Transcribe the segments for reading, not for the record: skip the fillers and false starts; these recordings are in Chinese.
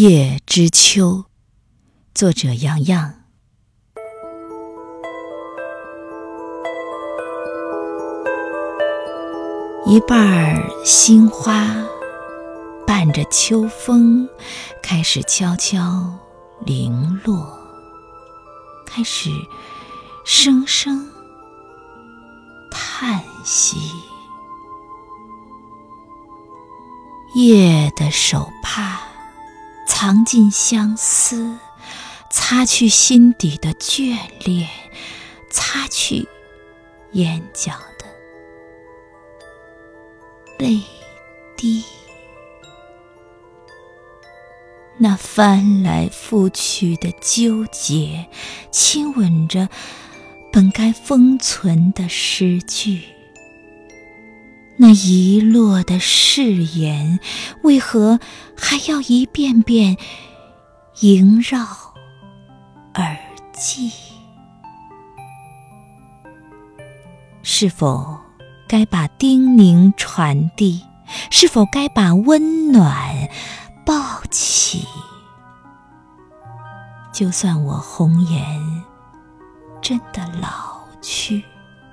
叶知秋，作者杨洋。一半新花伴着秋风，开始悄悄零落，开始声声叹息。叶的手帕藏进相思，擦去心底的眷恋，擦去眼角的泪滴。那翻来覆去的纠结，亲吻着本该封存的诗句。那遗落的誓言，为何还要一遍遍萦绕耳际？是否该把叮咛传递？是否该把温暖抱起？就算我红颜真的老去，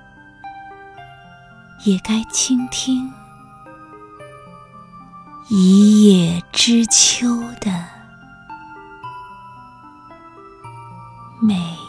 也该倾听一叶知秋的美。